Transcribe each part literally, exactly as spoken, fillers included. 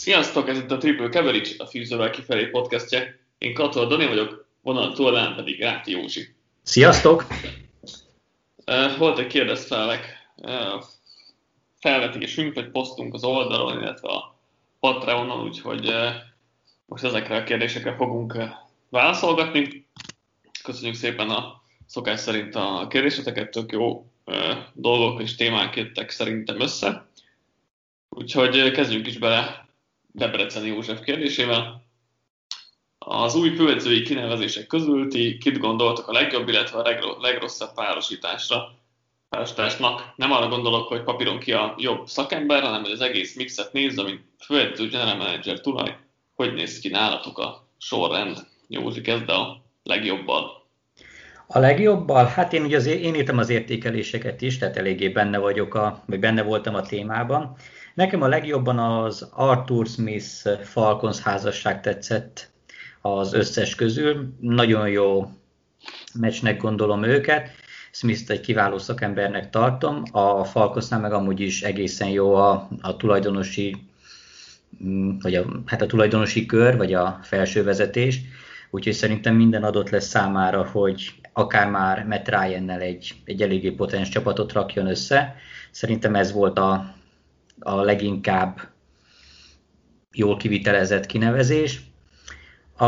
Sziasztok, ez itt a Triple Coverage, a Fűzővel kifelé podcastje. Én Kator Dani vagyok, vonal túlán pedig Ráti Józsi. Sziasztok! Volt egy kérdezfelek felvetésünk, vagy posztunk az oldalon, illetve a Patreonon, úgyhogy most ezekre a kérdésekre fogunk válaszolgatni. Köszönjük szépen a szokás szerint a kérdéseteket, tök jó dolgok és témák jöttek szerintem össze. Úgyhogy kezdjünk is bele Debreceni József kérdésével. Az új főedzői kinevezések közül ti kit gondoltak a legjobb, illetve a legrosszabb párosításra? Párosításnak nem arra gondolok, hogy papíron ki a jobb szakember, hanem hogy az egész mixet nézve, mint főedző, general manager tulaj. Hogy néz ki nálatok a sorrend? Józsi, kezd a legjobbal. A legjobbal? Hát én ugye azért, én írtam az értékeléseket is, tehát eléggé benne vagyok, a, vagy benne voltam a témában. Nekem a legjobban az Arthur Smith Falcons házasság tetszett az összes közül. Nagyon jó meccsnek gondolom őket. Smith-t egy kiváló szakembernek tartom. A Falconsnál meg amúgy is egészen jó a, a tulajdonosi, vagy a, hát a tulajdonosi kör, vagy a felső vezetés. Úgyhogy szerintem minden adott lesz számára, hogy akár már Matt Ryannel egy, egy eléggé potens csapatot rakjon össze. Szerintem ez volt a, a leginkább jól kivitelezett kinevezés. A,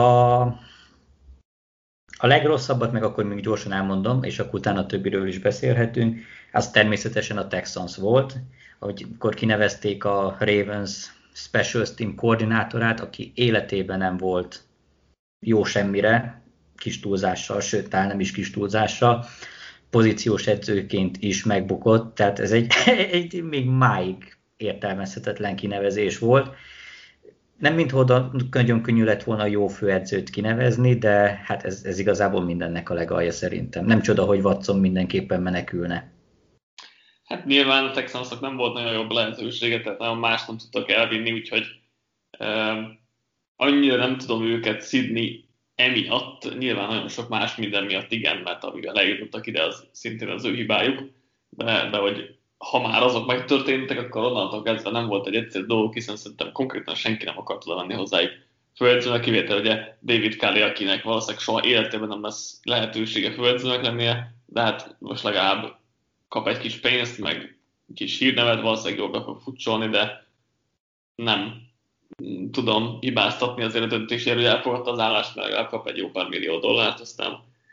a legrosszabbat meg akkor még gyorsan elmondom, és akkor utána a többiről is beszélhetünk. Az természetesen a Texans volt, amikor kinevezték a Ravens Specials Team koordinátorát, aki életében nem volt jó semmire, kis túlzással, sőt, talán nem is kis túlzással, pozíciós edzőként is megbukott, tehát ez egy, egy még máig értelmezhetetlen kinevezés volt. Nem mintha nagyon könnyű lett volna jó főedzőt kinevezni, de hát ez, ez igazából mindennek a legalja szerintem. Nem csoda, hogy Watson mindenképpen menekülne. Hát nyilván a Texansnak nem volt nagyon jobb lehetősége, tehát nagyon más nem tudtak elvinni, úgyhogy uh, annyira nem tudom őket szidni emiatt, nyilván nagyon sok más minden miatt igen, mert amivel eljutottak ide, az szintén az ő hibájuk, de, de hogy ha már azok megtörténtek, akkor onnantól kezdve nem volt egy egyszerű dolog, hiszen szerintem konkrétan senki nem akart oda venni hozzájuk főedzőnek, kivétel ugye David Culley, akinek valószínűleg soha életében nem lesz lehetősége főedzőnek lennie, de hát most legalább kap egy kis pénzt, meg kis hírnevet, valószínűleg jól be fog futcsolni, de nem tudom hibáztatni azért a döntésért, hogy elfogadta az állást, mert legalább kap egy jó pár millió dollárt, aztán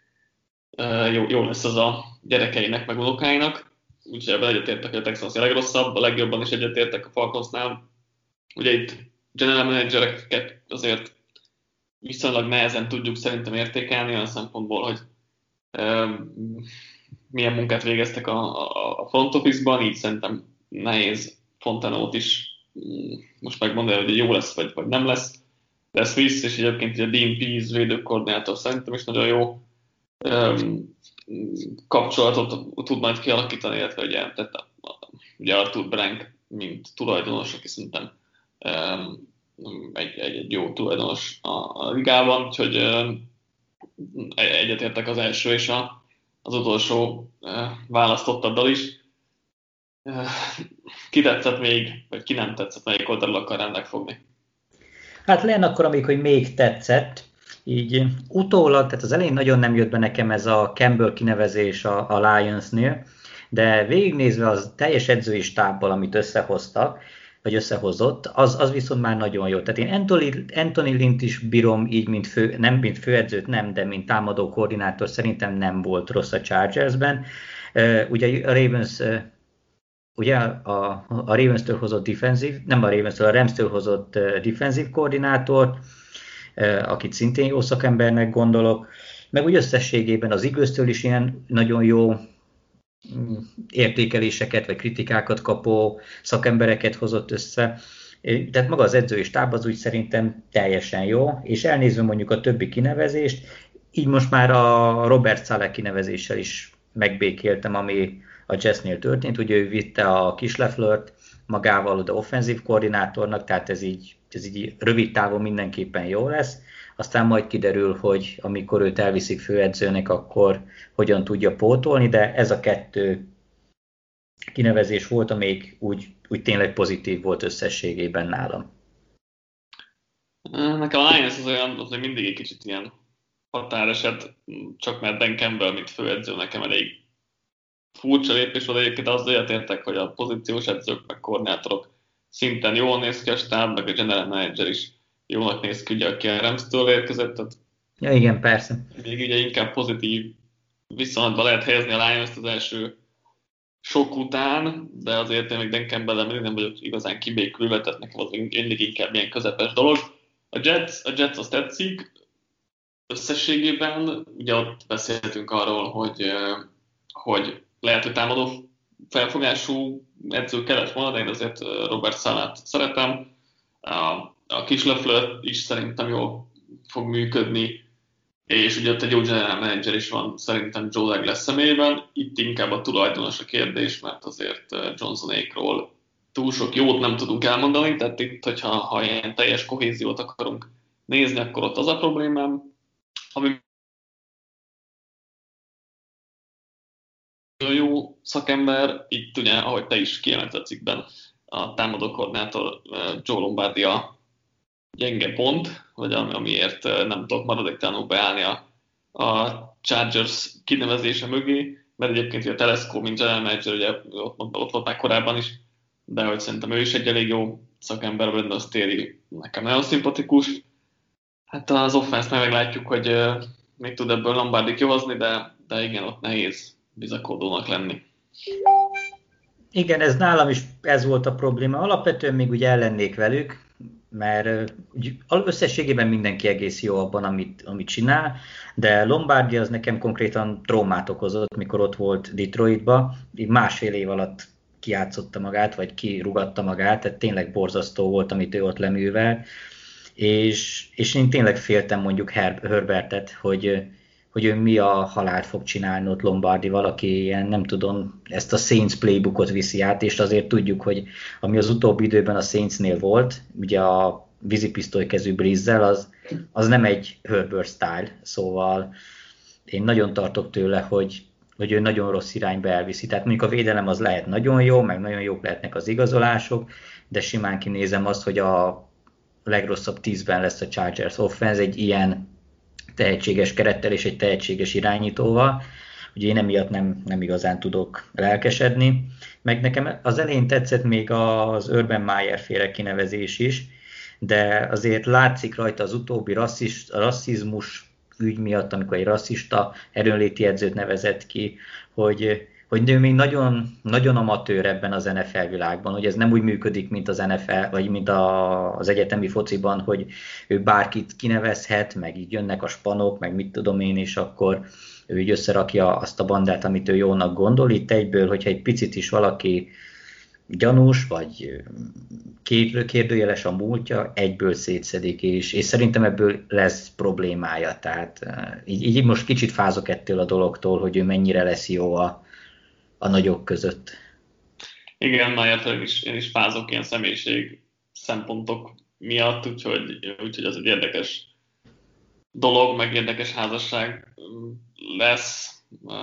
jó, jó lesz az a gyerekeinek, meg unokáinak. Úgyhogy ebben egyetértek, hogy a Texans a legrosszabb, a legjobban is egyetértek a Falconsnál. Ugye itt general managereket azért viszonylag nehezen tudjuk szerintem értékelni, olyan szempontból, hogy um, milyen munkát végeztek a, a, a front office-ban, így szerintem nehéz Fontanót is um, most megmondani, hogy jó lesz, vagy, vagy nem lesz. De Swiss és egyébként a Dean Pease védőkoordinátor szerintem is nagyon jó um, kapcsolatot tud majd kialakítani, illetve ugye, tehát, ugye Arthur Blank, mint tulajdonos, aki szerintem um, egy, egy, egy jó tulajdonos a, a ligában, úgyhogy um, egyetértek az első és a, az utolsó uh, választottaddal is. Uh, ki tetszett még, vagy ki nem tetszett, melyik oldalról akar ennek fogni? Hát legyen akkor, amikor még tetszett, így utólag, tehát az elején nagyon nem jött be nekem ez a Campbell kinevezés a, a Lionsnél, de végignézve az teljes edzői stábbal, amit összehoztak, vagy összehozott, az, az viszont már nagyon jó. Tehát én Anthony, Anthony Lynn-t is bírom így, mint fő, nem mint főedzőt, nem, de mint támadó koordinátor szerintem nem volt rossz a Chargersben. Uh, ugye a Ravens, uh, ugye a, a Ravens-től hozott defensív, nem a Ravens-től, a Rams-től hozott uh, defensív koordinátort, akit szintén jó szakembernek gondolok, meg úgy összességében az Eagles-től is ilyen nagyon jó értékeléseket vagy kritikákat kapó szakembereket hozott össze. Tehát maga az edzői stáb az úgy szerintem teljesen jó, és elnézve mondjuk a többi kinevezést, így most már a Robert Saleh kinevezéssel is megbékéltem, ami a Jetsnél történt. Ugye ő vitte a kis LeFleurt magával oda offenzív koordinátornak, tehát ez így ez így rövid távon mindenképpen jó lesz, aztán majd kiderül, hogy amikor őt elviszik főedzőnek, akkor hogyan tudja pótolni, de ez a kettő kinevezés volt, amelyik úgy, úgy tényleg pozitív volt összességében nálam. Nekem a Lions az olyan, az mindig egy kicsit ilyen határeset, csak mert Dan Campbell, mint főedző, nekem elég furcsa lépés volt. Egyébként azzal egyetértek, hogy a pozíciós edzők, meg koordinátorok szinten jól néz ki a stáb, meg a general manager is jónak néz ki, ugye, aki a Rams-től érkezett, tehát Ja, igen, persze. még ugye inkább pozitív viszonylatba lehet helyezni a Lions-t az első sok után, de azért én még Dan Campbell-el mindig nem vagyok igazán kibékülve, tehát nekem az mindig inkább ilyen közepes dolog. A Jets, a Jets azt tetszik, összességében, ugye ott beszéltünk arról, hogy, hogy lehet, hogy támadó felfogású edző kellett volna, de én azért Robert Salát szeretem. A, a kis Lefleur is szerintem jól fog működni, és ugye ott egy jó general manager is van szerintem Joe Douglas személyében. Itt inkább a tulajdonos a kérdés, mert azért Johnsonékról túl sok jót nem tudunk elmondani, tehát itt, hogyha ha ilyen teljes kohéziót akarunk nézni, akkor ott az a problémám, ami jó szakember, itt ugye, ahogy te is kiemelted a cikkben, a támadó koordinátor Joe Lombardi a gyenge pont, vagy amiért nem tudok maradéktalanul beállni a, a Chargers kinevezése mögé, mert egyébként a Telesco, mint general manager, ugye ott, ott volt már korábban is, de hogy szerintem ő is egy elég jó szakember, Brandon Staley nekem nagyon szimpatikus. Hát az offense-t meglátjuk, hogy még tud ebből Lombardi kihozni, de, de igen, ott nehéz bizakodónak lenni. Igen, ez nálam is ez volt a probléma. Alapvetően még ugye ellennék velük, mert összességében mindenki egész jó abban, amit, amit csinál, de Lombardi az nekem konkrétan traumát okozott, mikor ott volt Detroitba. Másfél év alatt kijátszotta magát, vagy kirugatta magát, tehát tényleg borzasztó volt, amit ő ott leművelt. És, és én tényleg féltem mondjuk Her- Herbertet, hogy, hogy ő mi a halált fog csinálni ott Lombardival, aki ilyen, nem tudom, ezt a Saints playbookot viszi át, és azért tudjuk, hogy ami az utóbbi időben a Saintsnél volt, ugye a vízipisztolykezű Breeze-zel, az, az nem egy Herbert style, szóval én nagyon tartok tőle, hogy, hogy ő nagyon rossz irányba elviszi. Tehát mondjuk a védelem az lehet nagyon jó, meg nagyon jók lehetnek az igazolások, de simán kinézem azt, hogy a legrosszabb tízben lesz a Chargers offense egy ilyen tehetséges kerettel és egy tehetséges irányítóval. Ugye én emiatt nem, nem igazán tudok lelkesedni. Meg nekem az elején tetszett még az Urban Meyer féle kinevezés is, de azért látszik rajta az utóbbi rasszist, rasszizmus ügy miatt, amikor egy rasszista erőnléti edzőt nevezett ki, hogy hogy nő még nagyon, nagyon amatőr ebben az en ef el világban, hogy ez nem úgy működik, mint az en ef el, vagy mint a, az egyetemi fociban, hogy ő bárkit kinevezhet, meg így jönnek a spanok, meg mit tudom én, és akkor ő így összerakja azt a bandát, amit ő jónak gondol. Itt egyből, hogyha egy picit is valaki gyanús, vagy kérdőjeles a múltja, egyből szétszedik, és, és szerintem ebből lesz problémája. Tehát így, így most kicsit fázok ettől a dologtól, hogy ő mennyire lesz jó a a nagyok között. Igen, Máját én is, én is fázok ilyen személyiség szempontok miatt, úgyhogy, úgyhogy az egy érdekes dolog, meg érdekes házasság lesz.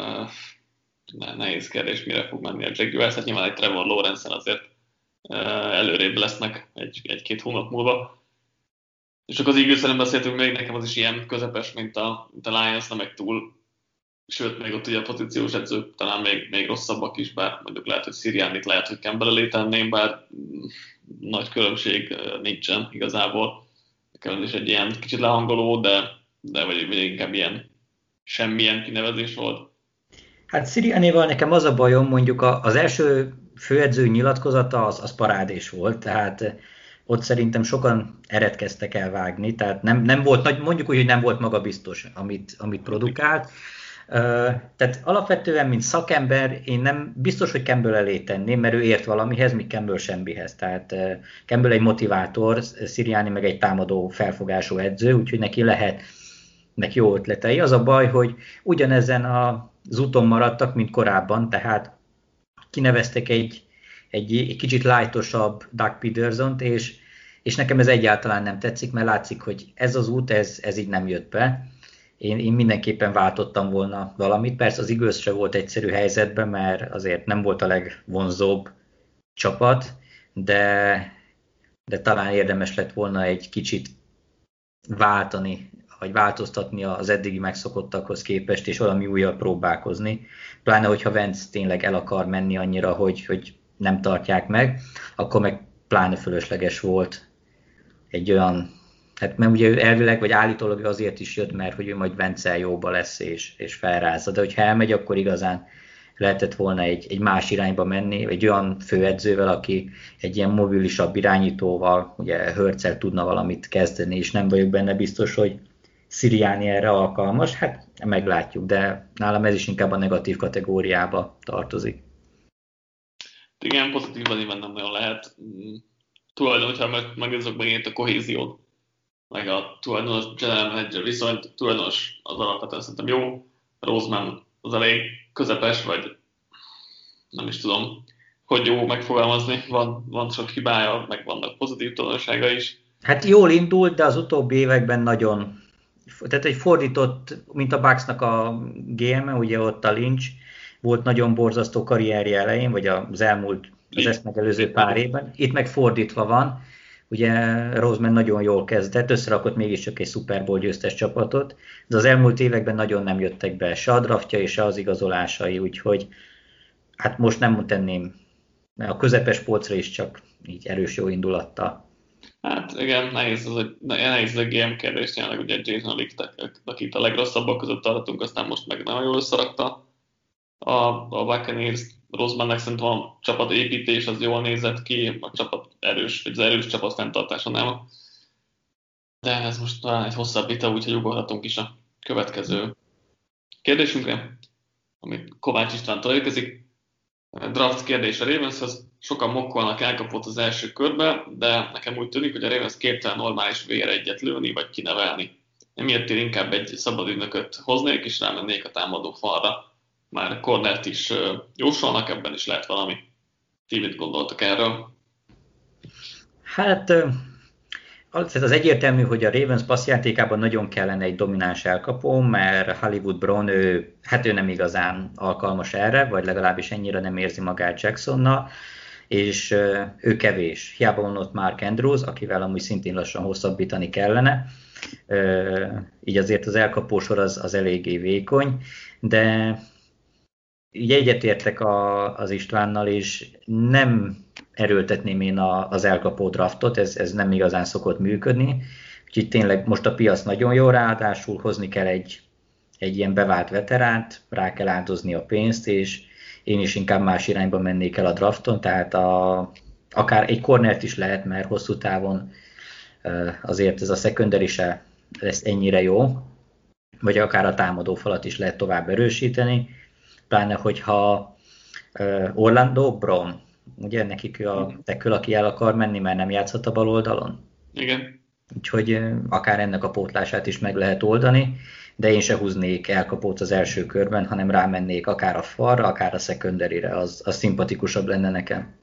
Nehéz kérdés, mire fog menni a Jaguars, hát nyilván egy Trevor Lawrence-en azért előrébb lesznek egy, egy-két hónap múlva. És csak az Eagles-en beszéltünk még, nekem az is ilyen közepes, mint a, mint a Lions, nem meg túl. Sőt, még ott ugye a pozíciós edzők talán még, még rosszabbak is, bár mondjuk lehet, hogy Siriannit lehet, hogy Campbell elé tenném, bár nagy különbség nincsen igazából. Nekem ez is egy ilyen kicsit lehangoló, de, de vagy, vagy inkább ilyen semmilyen kinevezés volt. Hát Siriannival nekem az a bajom, mondjuk az első főedző nyilatkozata az, az parádés volt, tehát ott szerintem sokan eredkeztek el vágni, tehát nem, nem volt, mondjuk úgy, hogy nem volt magabiztos, amit, amit produkált. Tehát alapvetően, mint szakember, én nem biztos, hogy Campbell elé tenném, mert ő ért valamihez, míg Campbell semmihez. Tehát Campbell egy motivátor, Sirianni meg egy támadó felfogású edző, úgyhogy neki lehetnek jó ötletei. Az a baj, hogy ugyanezen az úton maradtak, mint korábban, tehát kineveztek egy, egy, egy kicsit lightosabb Doug Petersont, és, és nekem ez egyáltalán nem tetszik, mert látszik, hogy ez az út, ez, ez így nem jött be. Én, én mindenképpen váltottam volna valamit. Persze az Eagles se volt egyszerű helyzetben, mert azért nem volt a legvonzóbb csapat, de, de talán érdemes lett volna egy kicsit váltani, vagy változtatni az eddigi megszokottakhoz képest, és valami újjal próbálkozni. Pláne, hogyha Wentz tényleg el akar menni annyira, hogy, hogy nem tartják meg, akkor meg pláne fölösleges volt egy olyan, hát mert ugye ő elvileg, vagy állítólag ő azért is jött, mert hogy ő majd Wentzel jóba lesz, és, és felrázza, de hogyha elmegy, akkor igazán lehetett volna egy, egy más irányba menni, egy olyan főedzővel, aki egy ilyen mobilisabb irányítóval, ugye Hurtsel tudna valamit kezdeni, és nem vagyok benne biztos, hogy Sirianni erre alkalmas, hát meglátjuk, de nálam ez is inkább a negatív kategóriába tartozik. Igen, pozitívan nyilván nem nagyon lehet. Tulajdonképpen, hogyha megnézzük megint a kohéziót, meg a tulajdonos general manager viszonyt, tulajdonos az alapvetően szerintem jó, Roseman az elég közepes, vagy nem is tudom, hogy jó megfogalmazni, van, van sok hibája, meg vannak pozitív tanulsága is. Hát jól indult, de az utóbbi években nagyon, tehát egy fordított, mint a Bucksnak a gé em-e, ugye ott a Lynch, volt nagyon borzasztó karrierje elején, vagy az elmúlt, az ezt megelőző pár évben. Itt meg fordítva van, ugye Roseman nagyon jól kezdett, összerakott mégiscsak egy Super Bowl győztes csapatot, de az elmúlt években nagyon nem jöttek be se a draftja, se az igazolásai, úgyhogy hát most nem tenném a közepes polcra is csak így erős jó indulattal. Hát igen, nehéz az, hogy nehéz a gé em kérdés, tényleg ugye Jason Licht, akit a legrosszabbak között tartunk, aztán most meg nagyon jól összerakta a, a Buccaneers. Rosemannek szerintem a csapatépítés az jól nézett ki, a csapat erős, vagy az erős csapat fenntartása nem. De ez most talán egy hosszabb vita, úgyhogy ugorhatunk is a következő kérdésünkre, amit Kovács Istvántól érkezik. Draft kérdés a Ravenshoz. Sokan mokkolnak elkapott az első körbe, de nekem úgy tűnik, hogy a Ravens képtelen normális vé egyet lőni, vagy kinevelni. Emiatt én inkább egy szabad ügynököt hoznék, és rámennék a támadó falra. Már cornert is jósolnak, ebben is lehet valami. Ti mit gondoltak erről? Hát az egyértelmű, hogy a Ravens passzjátékában nagyon kellene egy domináns elkapó, mert Hollywood Brown, ő, hát ő nem igazán alkalmas erre, vagy legalábbis ennyire nem érzi magát Jacksonnal, és ő kevés. Hiába van ott Mark Andrews, akivel amúgy szintén lassan hosszabbítani kellene, így azért az elkapósor az, az eléggé vékony, de így egyetértek a, az Istvánnal, és nem erőltetném én a, az elkapó draftot, ez, ez nem igazán szokott működni. Úgyhogy tényleg most a piac nagyon jó, ráadásul hozni kell egy, egy ilyen bevált veteránt, rá kell áldozni a pénzt, és én is inkább más irányba mennék el a drafton, tehát a, akár egy cornert is lehet, mert hosszú távon azért ez a secondary se lesz ennyire jó, vagy akár a támadó falat is lehet tovább erősíteni, pláne hogyha Orlando Brown, ugye nekik a tekül, aki el akar menni, mert nem játszhat a bal oldalon. Igen. Úgyhogy akár ennek a pótlását is meg lehet oldani, de én se húznék elkapót az első körben, hanem rámennék akár a falra, akár a secondary-re, az, az szimpatikusabb lenne nekem.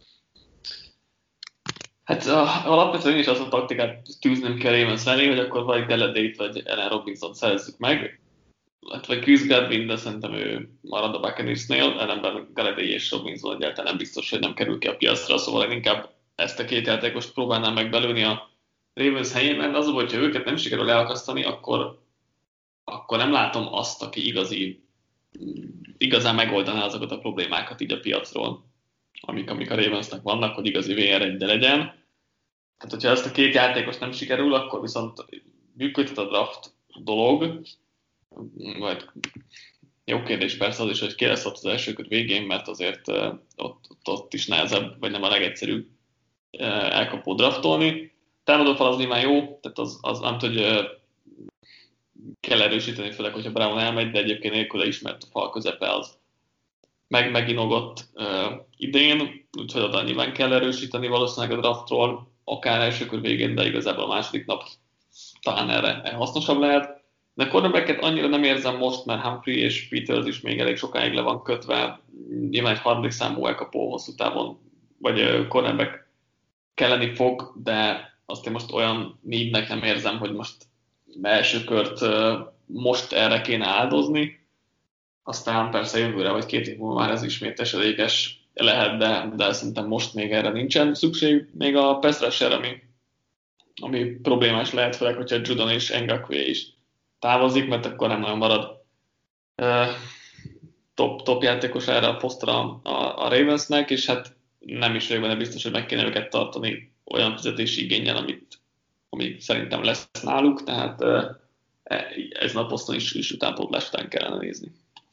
Hát alapvetően is azt a taktikát tűznöm kell Ravens elé, hogy akkor vagy Galladay-t, vagy Allen Robinson szerezzük meg, hát vagy Chris Godwin, de szerintem ő marad a Buccaneersnél, ellenben Galladay és Robinson egyáltalán nem biztos, hogy nem kerül ki a piacra, szóval én inkább ezt a két játékost próbálnám meg belőni a Ravens helyén, mert az, hogyha őket nem sikerül elakasztani, akkor, akkor nem látom azt, aki igazi, igazán megoldaná azokat a problémákat így a piacról, amik, amik a Ravensnek vannak, hogy igazi vé er egy legyen. Tehát, hogyha ezt a két játékos nem sikerül, akkor viszont működhet a draft dolog, vagy jó kérdés persze az is, hogy ki lesz ott az első kör végén, mert azért uh, ott, ott, ott is nehezebb, vagy nem a legegyszerűbb uh, elkapó draftolni. Támadófal az nyilván jó, tehát az, az nem tud, hogy uh, kell erősíteni, főleg, hogyha Brown elmegy, de egyébként nélküle ismert a fal közepe az meg meginogott uh, idén, úgyhogy oda nyilván kell erősíteni valószínűleg a draftról, akár első kör végén, de igazából a második nap talán erre hasznosabb lehet. De cornerbacket annyira nem érzem most, mert Humphrey és Peters is még elég sokáig le van kötve. Nyilván egy harmadik számú elkapó hosszú távon, vagy cornerback kelleni fog, de azt én most olyan neednek nem érzem, hogy most első kört most erre kéne áldozni. Aztán persze jövőre, vagy két év múlva már ez ismét esedékes lehet, de, de szerintem most még erre nincsen szükség. Még a pass rusher, ami ami problémás lehet, főleg, hogyha Judon és Ngakoue is távozik, mert akkor nem nagyon marad uh, top, top játékos erre a posztra a, a Ravensnek, és hát nem is vagyok benne biztos, hogy meg kéne őket tartani olyan fizetési igénnyel, amit, ami szerintem lesz náluk, tehát uh, ezen a poszton is, is utánpótlás után kellene nézni.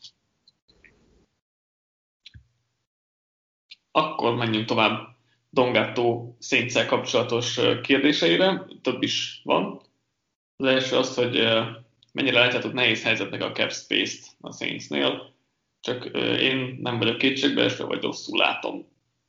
Akkor menjünk tovább Dongato Saints-szel kapcsolatos kérdéseire. Több is van. Az első az, hogy mennyire látjátok nehéz helyzetnek a cap space-t a Saintsnél. Csak én nem vagyok kétségbeesve, vagy rosszul látom.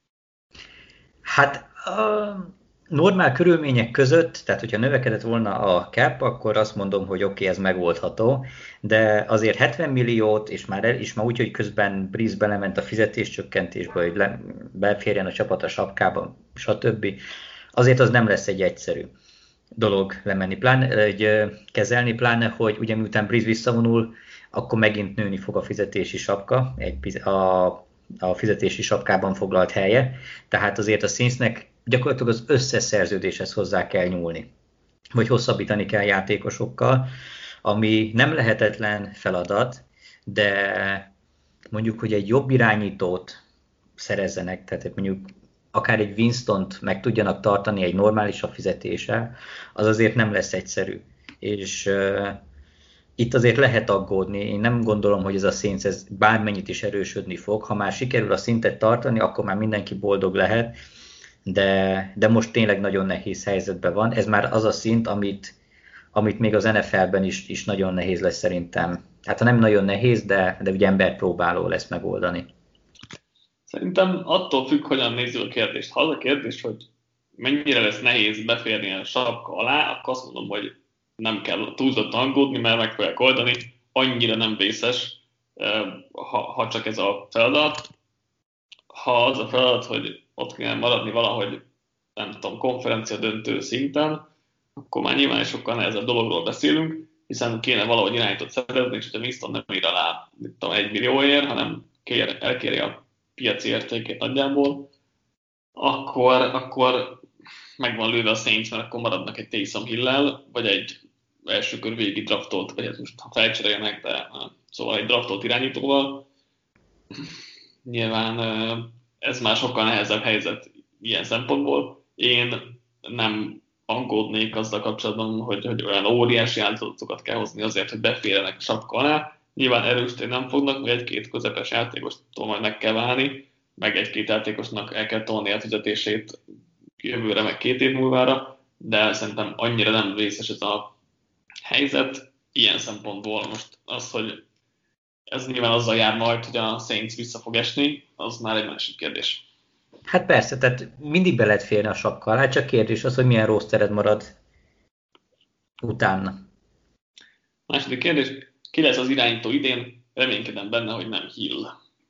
Hát a normál körülmények között, tehát hogyha növekedett volna a cap, akkor azt mondom, hogy oké, okay, ez megoldható, de azért hetven milliót, és már, el, és már úgy, hogy közben Breeze belement a fizetéscsökkentésbe, hogy le, beférjen a csapat a sapkába, stb. Azért az nem lesz egy egyszerű dolog lemenni, pláne, egy, kezelni, pláne, hogy ugye miután Breeze visszavonul, akkor megint nőni fog a fizetési sapka, egy, a, a fizetési sapkában foglalt helye, tehát azért a Saintsnek gyakorlatilag az összes szerződéshez hozzá kell nyúlni, vagy hosszabbítani kell játékosokkal, ami nem lehetetlen feladat, de mondjuk, hogy egy jobb irányítót szerezzenek, tehát mondjuk akár egy Winstont meg tudjanak tartani egy normálisabb fizetéssel, az azért nem lesz egyszerű. És uh, itt azért lehet aggódni. Én nem gondolom, hogy ez a Saints ez bármennyit is erősödni fog. Ha már sikerül a szintet tartani, akkor már mindenki boldog lehet, de, de most tényleg nagyon nehéz helyzetben van. Ez már az a szint, amit, amit még az en ef el-ben is, is nagyon nehéz lesz szerintem. Hát ha nem nagyon nehéz, de, de ugye emberpróbáló lesz megoldani. Szerintem attól függ, hogyan nézzük a kérdést. Ha az a kérdés, hogy mennyire lesz nehéz beférni a sapka alá, akkor azt mondom, hogy nem kell túlzottan aggódni, mert meg fogják oldani. Annyira nem vészes, ha, ha csak ez a feladat. Ha az a feladat, hogy ott kell maradni valahogy, nem tudom, konferencia döntő szinten, akkor már nyilván is sokkal nehezebb dologról beszélünk, hiszen kéne valahogy irányított szerezni, és hogyha Winston nem ír alá, nem tudom, egy millióért, hanem kér, elkéri a piaci értékét nagyjából, akkor, akkor meg van lőve a Saints, mert akkor maradnak egy Taysom Hill-lel, vagy egy első kör végi draftolt, vagy ez most ha felcserélnek, de szóval egy draftolt irányítóval. Nyilván ez már sokkal nehezebb helyzet ilyen szempontból. Én nem aggódnék azzal kapcsolatban, hogy, hogy olyan óriási áldozatokat kell hozni azért, hogy beférjenek a sapka alá. Nyilván erősíteni nem fognak, vagy egy-két közepes játékostól majd meg kell válni, meg egy-két játékosnak el kell tolni a fizetését jövőre, meg két év múlvára, de szerintem annyira nem vészes ez a helyzet ilyen szempontból. Most az, hogy ez nyilván azzal jár majd, hogy a Saints vissza fog esni, az már egy másik kérdés. Hát persze, tehát mindig be lehet férni a sapka alá, csak kérdés az, hogy milyen rostered marad utána. Második kérdés, ki lesz az irányító idén? Reménykedem benne, hogy nem Hill.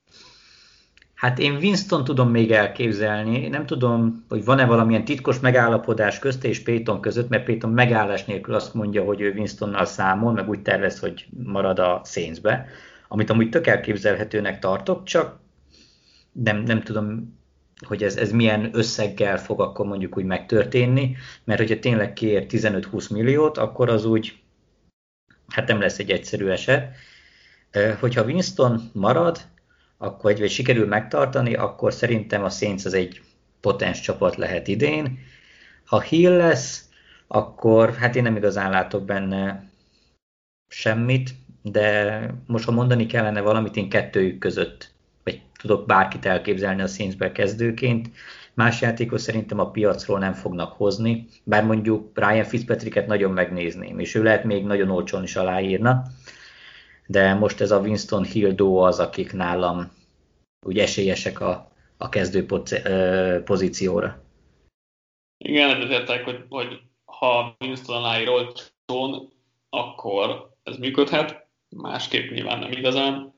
Hát én Winston tudom még elképzelni, nem tudom, hogy van-e valamilyen titkos megállapodás közte és Payton között, mert Payton megállás nélkül azt mondja, hogy ő Winstonnal számol, meg úgy tervez, hogy marad a Saintsbe, amit amúgy tök elképzelhetőnek tartok, csak nem, nem tudom, hogy ez, ez milyen összeggel fog akkor mondjuk úgy megtörténni, mert hogyha tényleg kér tizenöt-húsz milliót, akkor az úgy, hát nem lesz egy egyszerű eset. Hogyha Winston marad, akkor, vagy sikerül megtartani, akkor szerintem a Saints az egy potens csapat lehet idén. Ha Hill lesz, akkor hát én nem igazán látok benne semmit, de most ha mondani kellene valamit, én kettőjük között, vagy tudok bárkit elképzelni a Saintsbe kezdőként. Más játékos szerintem a piacról nem fognak hozni, bár mondjuk Ryan Fitzpatricket nagyon megnézném, és ő lehet még nagyon olcsón is aláírna, de most ez a Winston Hill duo az, akik nálam úgy esélyesek a, a kezdő pozícióra. Igen, egyetértek, hogy, hogy ha Winston aláír olcsón, akkor ez működhet, másképp nyilván nem igazán.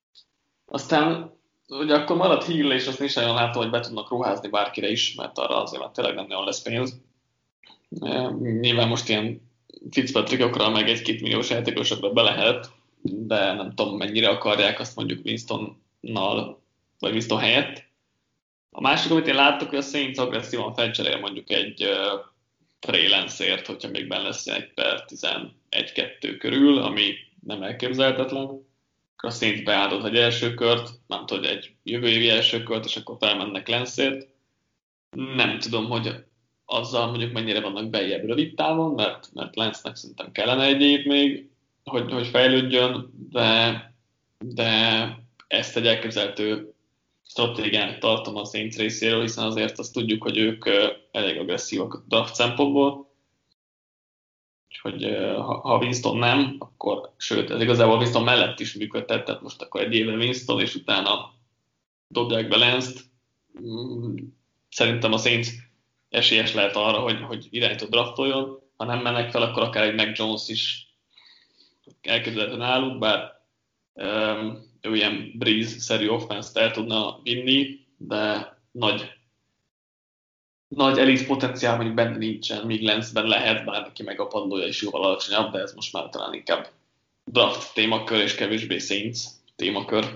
Aztán ugye akkor marad Hill, és azt is nagyon látom, hogy be tudnak ruházni bárkire is, mert arra azért már tényleg nem nagyon lesz pénz. Nyilván most ilyen Fitzpatrickokra, meg egy-két milliós játékosokra be lehet, de nem tudom, mennyire akarják azt mondjuk Winstonnal, vagy Winston helyett. A másik, amit én láttok, hogy a Saints agresszívan felcserél mondjuk egy uh, Trey Lance-ért, hogyha még benne lesz egy per tizenegy kettő körül, ami nem elképzelhetetlen. Akkor a Saints beáldott egy első kört, nem tudom, egy jövő évi első kört, és akkor felmennek Lance-ért. Nem tudom, hogy azzal mondjuk mennyire vannak beljebb rövid távon, mert, mert Lance-nek szerintem kellene egy év még, hogy, hogy fejlődjön, de, de ezt egy elképzelhető stratégiának tartom a Saints részéről, hiszen azért azt tudjuk, hogy ők elég agresszívak a draft szempontból. Úgyhogy ha Winston nem, akkor, sőt, ez igazából Winston mellett is működtet, tehát most akkor egy éve Winston, és utána dobják be Lance-t. Szerintem a Saints esélyes lehet arra, hogy, hogy irányítót draftoljon. Ha nem mennek fel, akkor akár egy Mac Jones is elképzelhető náluk, bár um, ő ilyen Breeze-szerű offense-t el tudna vinni, de nagy, nagy elit potenciál mondjuk benne nincsen, míg Lance-ben lehet, bár neki meg a padlója is jóval alacsonyabb, de ez most már talán inkább draft témakör és kevésbé Saints témakör.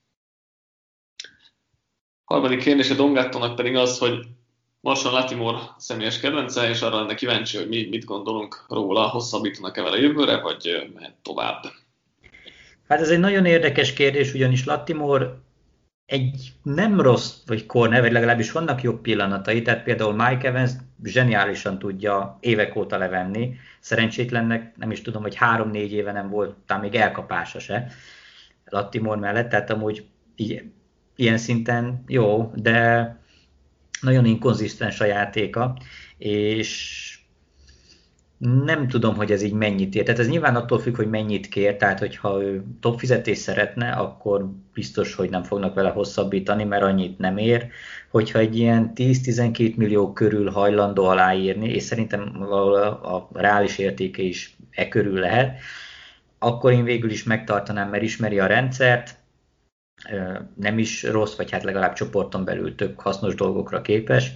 Harmadik kérdés a Dongattónak pedig az, hogy Marshall Latimore személyes kedvence, és arra lenne kíváncsi, hogy mi mit gondolunk róla, hosszabbítanak-e vele jövőre, vagy mehet tovább? Hát ez egy nagyon érdekes kérdés, ugyanis Latimore egy nem rossz vagy corner, vagy legalábbis vannak jobb pillanatai, tehát például Mike Evans zseniálisan tudja évek óta levenni, szerencsétlennek nem is tudom, hogy három-négy éve nem volt, talán még elkapása se Latimore mellett, tehát amúgy így, ilyen szinten jó, de nagyon inkonzisztens a játéka, és nem tudom, hogy ez így mennyit ér. Tehát ez nyilván attól függ, hogy mennyit kér, tehát hogyha ő top fizetést szeretne, akkor biztos, hogy nem fognak vele hosszabbítani, mert annyit nem ér. Hogyha egy ilyen tíz-tizenkét millió körül hajlandó aláírni, és szerintem a reális értéke is e körül lehet, akkor én végül is megtartanám, mert ismeri a rendszert, nem is rossz, vagy hát legalább csoporton belül tök hasznos dolgokra képes,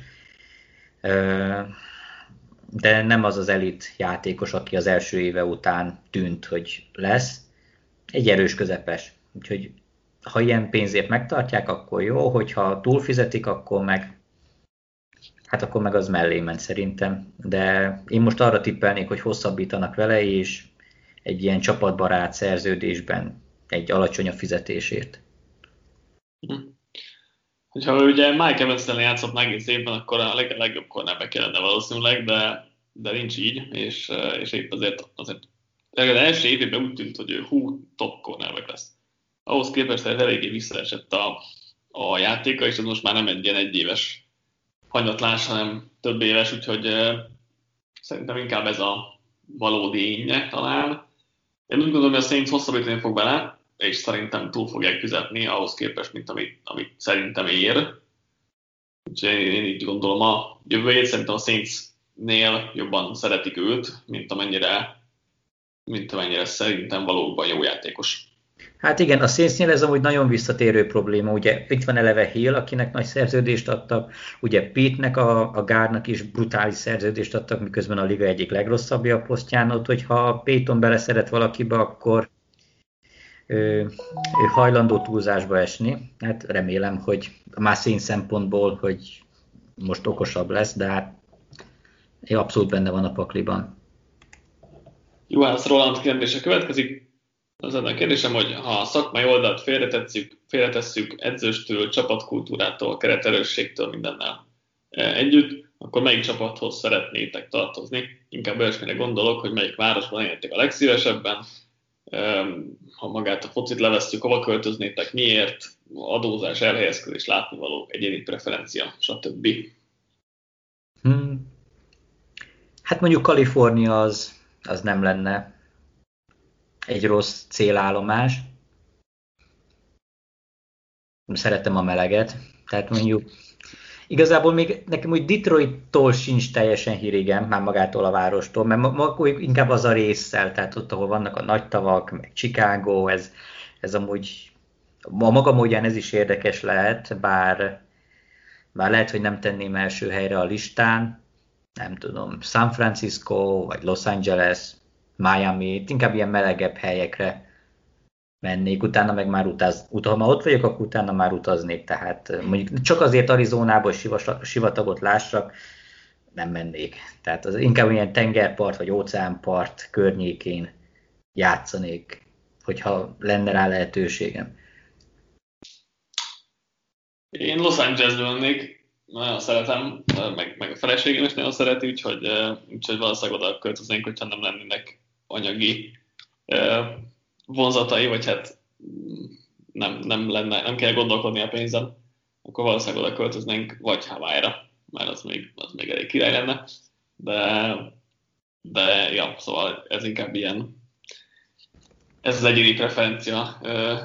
de nem az az elit játékos, aki az első éve után tűnt, hogy lesz. Egy erős közepes. Úgyhogy ha ilyen pénzért megtartják, akkor jó, hogyha túlfizetik, akkor meg hát akkor meg az mellé ment szerintem. De én most arra tippelnék, hogy hosszabbítanak vele, és egy ilyen csapatbarát szerződésben egy alacsonyabb fizetésért. Hm. Hogyha ugye Mike Evans-tel játszott egész évben, akkor a leg- legjobb cornerback kellene valószínűleg, de, de nincs így, és, és épp azért, azért az első évében úgy tűnt, hogy ő hú, top cornerback lesz. Ahhoz képest, hogy eléggé visszaesett a, a játéka, és ez most már nem egy ilyen egyéves hanyatlás, hanem több éves, úgyhogy uh, szerintem inkább ez a valódi énje talán. Én úgy gondolom, hogy a Saints hosszabbítani fog bele, és szerintem túl fogják fizetni ahhoz képest, mint amit, amit szerintem ér. Úgyhogy én így gondolom a jövőjét, szerintem a Saints-nél jobban szeretik őt, mint amennyire, mint amennyire szerintem valóban jó játékos. Hát igen, a Saintsnél ez amúgy nagyon visszatérő probléma. Ugye itt van eleve Hill, akinek nagy szerződést adtak, ugye Pete-nek, a, a Gárnak is brutális szerződést adtak, miközben a liga egyik legrosszabbja a posztján, ott, hogyha Peyton beleszeret valakibe, akkor ő, ő hajlandó túlzásba esni. Hát remélem, hogy már Saints szempontból, hogy most okosabb lesz, de hát abszolút benne van a pakliban. Juhász Roland kérdése következik. Az a kérdésem, hogy ha a szakmai oldalt félretesszük, félretesszük edzőstől, csapatkultúrától, kereterősségtől, mindennel együtt, akkor melyik csapathoz szeretnétek tartozni? Inkább olyasmire gondolok, hogy melyik városban élnétek a legszívesebben, ha magát a focit levesszük, hova költöznétek, miért, adózás, elhelyezkedés, látnivalók, egyéni preferencia, stb. Hmm. Hát mondjuk Kalifornia az, az nem lenne egy rossz célállomás. Szeretem a meleget, tehát mondjuk igazából még nekem úgy Detroittól sincs teljesen hírigem, már magától a várostól, mert ma, ma inkább az a résszel, tehát ott, ahol vannak a nagy tavak, meg Chicago, ez, ez amúgy a maga módján ez is érdekes lehet, bár, bár lehet, hogy nem tenném első helyre a listán, nem tudom, San Francisco, vagy Los Angeles, Miami, inkább ilyen melegebb helyekre mennék, utána meg már utaz, utána, ha már ott vagyok, akkor utána már utaznék, tehát mondjuk csak azért Arizonából sivatagot lássak, nem mennék. Tehát az inkább ilyen tengerpart vagy óceánpart környékén játszanék, hogyha lenne rá lehetőségem. Én Los Angelesben lennék, nagyon szeretem, meg, meg a feleségem is nagyon szereti, úgyhogy, úgyhogy valószínűleg oda költöznénk, hogyha nem lennének anyagi vonzatai, vagy hát nem, nem, lenne, nem kell gondolkodni a pénzen, akkor valószínűleg oda költöznénk, vagy Hawaii-ra, mert az még, az még elég király lenne. De, de ja, szóval ez inkább ilyen, ez az egyéni preferencia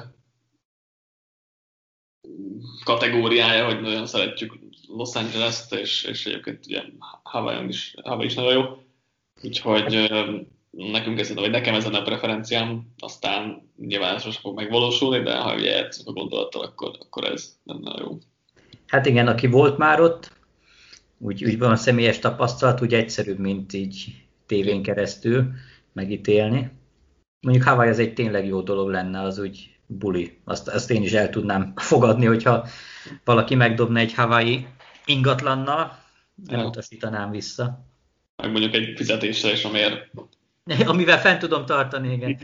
kategóriája, hogy nagyon szeretjük Los Angeles-t, és, és egyébként ugye Hawaii is, Hawaii is nagyon jó. Úgyhogy nekünk ez, vagy nekem ez a preferenciám, aztán nyilván sosem fog megvalósulni, de ha ugye játszunk a gondolattal, akkor, akkor ez nem nagyon jó. Hát igen, aki volt már ott, úgy, úgy van a személyes tapasztalat, úgy egyszerűbb, mint így tévén keresztül megítélni. Mondjuk Hawaii az egy tényleg jó dolog lenne, az úgy buli. Azt, azt én is el tudnám fogadni, hogyha valaki megdobna egy Hawaii ingatlannal, nem ja. utasítanám vissza. Meg mondjuk egy fizetéssel is, amiért... Amivel fent tudom tartani, igen.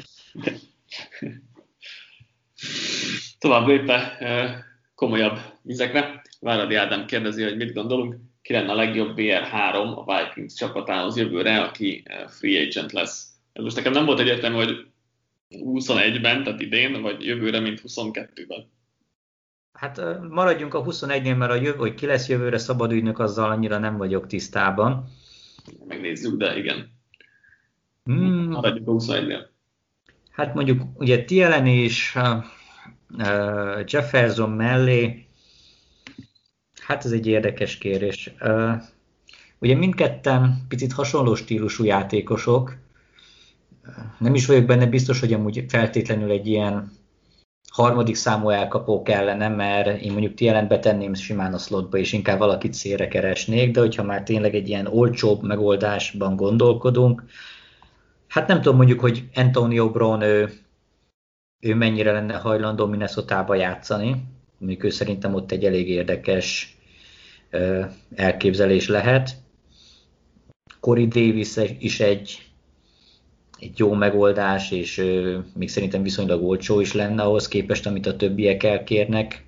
Tovább lépve komolyabb vizekre. Váradi Ádám kérdezi, hogy mit gondolunk, ki lenne a legjobb vé er három a Vikings csapatához jövőre, aki free agent lesz. Ez most nekem nem volt egyértelmű, hogy huszonegyben, tehát idén, vagy jövőre, mint huszonkettőben. Hát maradjunk a huszonegynél, mert a jövő, hogy ki lesz jövőre szabad ügynök, azzal annyira nem vagyok tisztában. Megnézzük, de igen. Hmm. Maradjunk a huszonegynél. Hát mondjuk ugye Thielen és uh, Jefferson mellé, hát ez egy érdekes kérdés. Uh, ugye mindketten picit hasonló stílusú játékosok. Nem is vagyok benne biztos, hogy amúgy feltétlenül egy ilyen harmadik számú elkapó kellene, mert én mondjuk Thielent betenném simán a slotba, és inkább valakit szélre keresnék, de hogyha már tényleg egy ilyen olcsóbb megoldásban gondolkodunk, hát nem tudom mondjuk, hogy Antonio Brown ő, ő mennyire lenne hajlandó Minnesotába játszani, mondjuk ő szerintem ott egy elég érdekes ö, elképzelés lehet. Corey Davis is egy egy jó megoldás, és ö, még szerintem viszonylag olcsó is lenne ahhoz képest, amit a többiek elkérnek.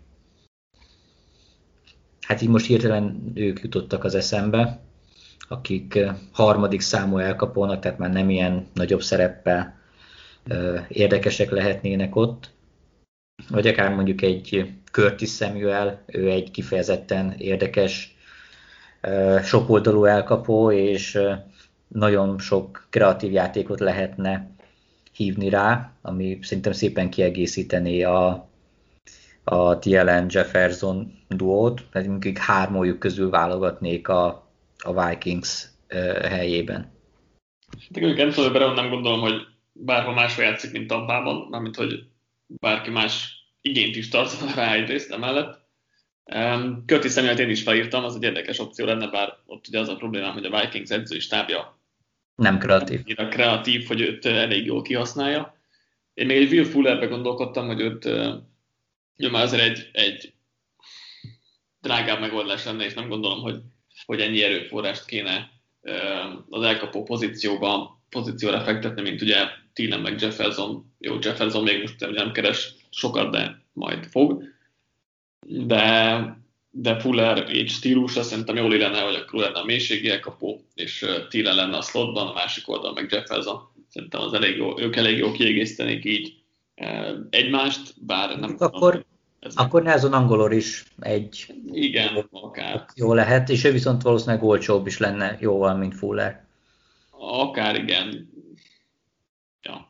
Hát így most hirtelen ők jutottak az eszembe, akik ö, harmadik számú elkapónak, tehát már nem ilyen nagyobb szereppel ö, érdekesek lehetnének ott. Vagy akár mondjuk egy Curtis Samuel, ő egy kifejezetten érdekes ö, sokoldalú elkapó, és ö, nagyon sok kreatív játékot lehetne hívni rá, ami szerintem szépen kiegészítené a, a Thielen-Jefferson duót, tehát mondjuk hármójuk közül válogatnék a, a Vikings uh, helyében. Igen, Antonio nem gondolom, hogy bárha máshol játszik, mint Tampában, mármint hogy bárki más igényt is tartana rá egyrészt emellett. Um, Curtis Samuelt én is felírtam, az egy érdekes opció lenne, bár ott ugye az a problémám, hogy a Vikings edzői stábja nem kreatív. Nem kreatív, hogy őt elég jól kihasználja. Én még egy Will Fullerbe gondolkodtam, hogy őt ő már azért egy, egy drágább megoldás lenne, és nem gondolom, hogy, hogy ennyi erőforrást kéne az elkapó pozícióba, pozícióra fektetni, mint ugye Thielen meg Jefferson. Jó, Jefferson még most nem keres sokat, de majd fog. De, de Fuller így stílusra szerintem jól lenne, hogy akkor lenne a mélységi elkapó, és Thielen lenne a slotban, a másik oldal meg Jefferson. Szerintem az elég jó, ők elég jól kiegészítenék így egymást, bár nem akkor, tudom. Akkor Nelson Angolor is egy igen, akár. Jó lehet, és ő viszont valószínűleg olcsóbb is lenne jóval, mint Fuller. Akár igen. Ja.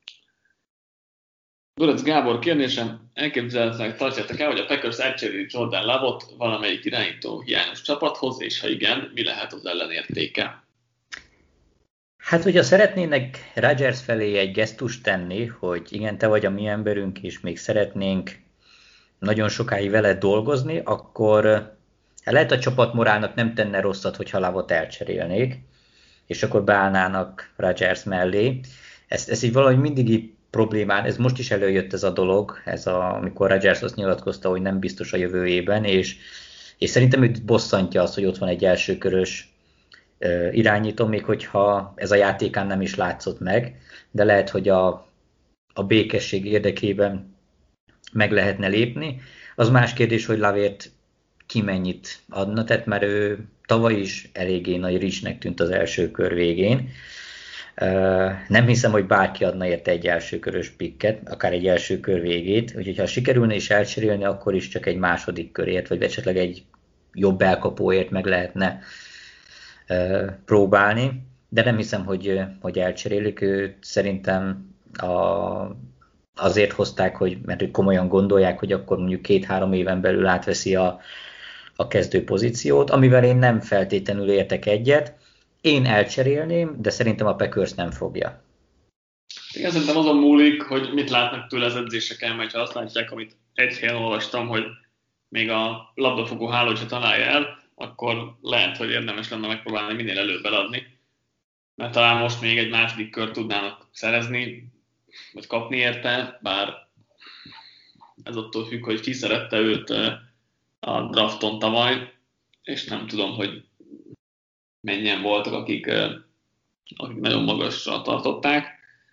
Göröc Gábor kérdésem, elképzelhetőleg tartjátok el, hogy a Packers elcseréli Jordan Love-ot valamelyik irányító hiányos csapathoz, és ha igen, mi lehet az ellenértéke? Hát, hogyha szeretnének Rodgers felé egy gesztust tenni, hogy igen, te vagy a mi emberünk, és még szeretnénk nagyon sokáig vele dolgozni, akkor lehet a csapatmorálnak nem tenne rosszat, hogyha Love-ot elcserélnék, és akkor beállnának Rodgers mellé. Ezt, ezt így valahogy mindig így problémán, ez most is előjött ez a dolog, ez a, amikor Rodgers azt nyilatkozta, hogy nem biztos a jövőjében, és, és szerintem őt bosszantja az, hogy ott van egy elsőkörös irányító, még hogyha ez a játékán nem is látszott meg, de lehet, hogy a, a békesség érdekében meg lehetne lépni. Az más kérdés, hogy Lavért ki mennyit adna, tehát mert ő tavaly is eléggé nagy ricsnek tűnt az első kör végén. Nem hiszem, hogy bárki adna érte egy első körös pikket, akár egy első kör végét, úgyhogy ha sikerülne is elcserélni, akkor is csak egy második körért, vagy esetleg egy jobb elkapóért meg lehetne próbálni, de nem hiszem, hogy, hogy elcserélik őt. Szerintem a, azért hozták, hogy, mert ők komolyan gondolják, hogy akkor mondjuk két-három éven belül átveszi a, a kezdő pozíciót, amivel én nem feltétlenül értek egyet. Én elcserélném, de szerintem a Packers nem fogja. Igen, szerintem azon múlik, hogy mit látnak tőle az edzéseken, mert ha azt látják, amit egy helyen olvastam, hogy még a labdafogó hálót se találja el, akkor lehet, hogy érdemes lenne megpróbálni minél előbb eladni. Mert talán most még egy második kört tudnának szerezni, vagy kapni érte, bár ez attól függ, hogy ki szerette őt a drafton tavaly, és nem tudom, hogy mennyien voltak, akik, akik nagyon magasra tartották.